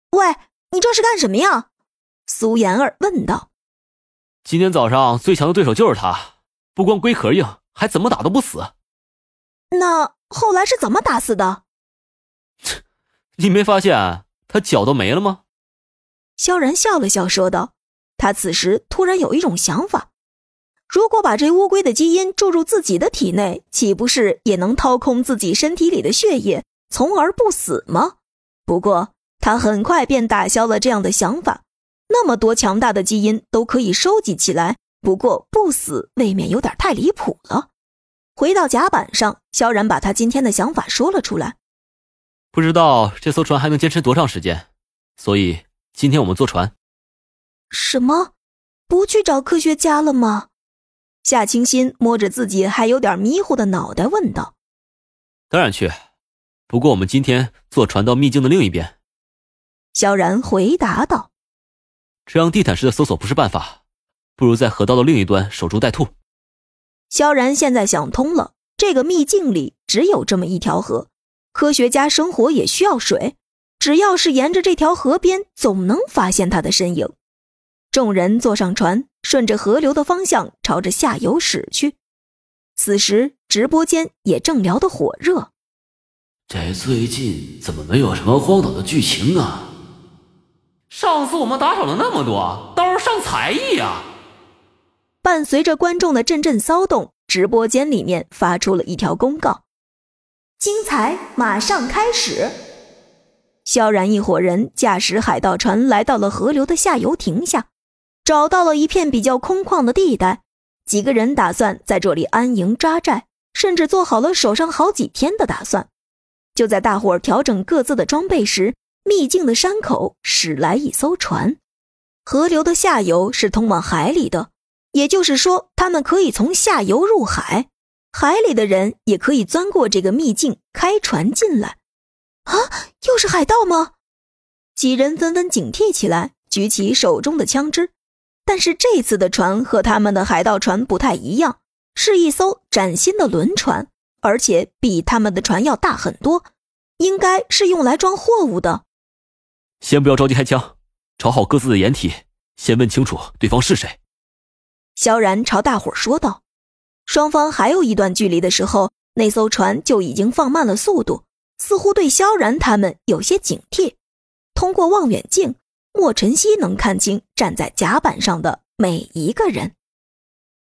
喂，你这是干什么呀？苏妍儿问道。 今天早上最强的对手就是他，不光龟壳硬，还怎么打都不死。 那后来是怎么打死的？ 你没发现他脚都没了吗？ 萧然笑了笑说道。他此时突然有一种想法，如果把这乌龟的基因注入自己的体内，岂不是也能掏空自己身体里的血液，从而不死吗？不过他很快便打消了这样的想法，那么多强大的基因都可以收集起来，不过不死未免有点太离谱了。回到甲板上，萧然把他今天的想法说了出来。 不知道这艘船还能坚持多长时间，所以今天我们坐船。 什么？不去找科学家了吗？夏清新摸着自己还有点迷糊的脑袋问道。 当然去，不过我们今天坐船到秘境的另一边。 萧然回答道。 这样地毯式的搜索不是办法，不如在河道的另一端守株待兔。 萧然现在想通了，这个秘境里只有这么一条河，科学家生活也需要水，只要是沿着这条河边，总能发现他的身影。众人坐上船，顺着河流的方向朝着下游驶去。此时直播间也正聊得火热。 这最近怎么没有什么荒岛的剧情啊？ 上次我们打赏了那么多，倒是上才艺啊！ 伴随着观众的阵阵骚动，直播间里面发出了一条公告：精彩马上开始。萧然一伙人驾驶海盗船来到了河流的下游停下，找到了一片比较空旷的地带，几个人打算在这里安营扎寨，甚至做好了守上好几天的打算。就在大伙儿调整各自的装备时，秘境的山口驶来一艘船。河流的下游是通往海里的，也就是说他们可以从下游入海，海里的人也可以钻过这个秘境开船进来。啊，又是海盗吗？几人纷纷警惕起来，举起手中的枪支。但是这次的船和他们的海盗船不太一样，是一艘崭新的轮船，而且比他们的船要大很多，应该是用来装货物的。 先不要着急开枪，找好各自的掩体，先问清楚对方是谁。 萧然朝大伙说道。双方还有一段距离的时候，那艘船就已经放慢了速度，似乎对萧然他们有些警惕。通过望远镜，莫晨曦能看清站在甲板上的每一个人。